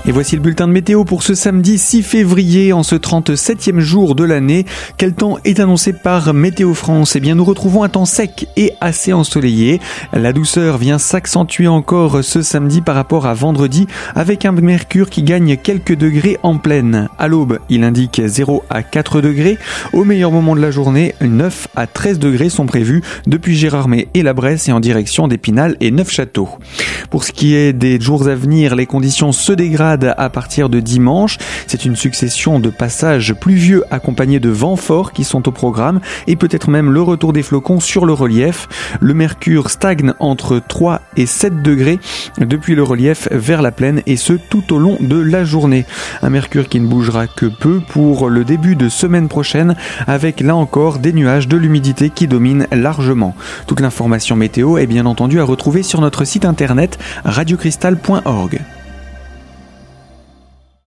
Et voici le bulletin de météo pour ce samedi 6 février, en ce 37e jour de l'année. Quel temps est annoncé par Météo France? Eh bien, nous retrouvons un temps sec et assez ensoleillé. La douceur vient s'accentuer encore ce samedi par rapport à vendredi, avec un mercure qui gagne quelques degrés en pleine. À l'aube, il indique 0 à 4 degrés. Au meilleur moment de la journée, 9 à 13 degrés sont prévus depuis Gérardmer et la Bresse et en direction d'Épinal et Neufchâteau. Pour ce qui est des jours à venir, les conditions se dégradent à partir de dimanche. C'est une succession de passages pluvieux accompagnés de vents forts qui sont au programme et peut-être même le retour des flocons sur le relief. Le mercure stagne entre 3 et 7 degrés depuis le relief vers la plaine et ce tout au long de la journée. Un mercure qui ne bougera que peu pour le début de semaine prochaine avec là encore des nuages, de l'humidité qui dominent largement. Toute l'information météo est bien entendu à retrouver sur notre site internet radiocristal.org.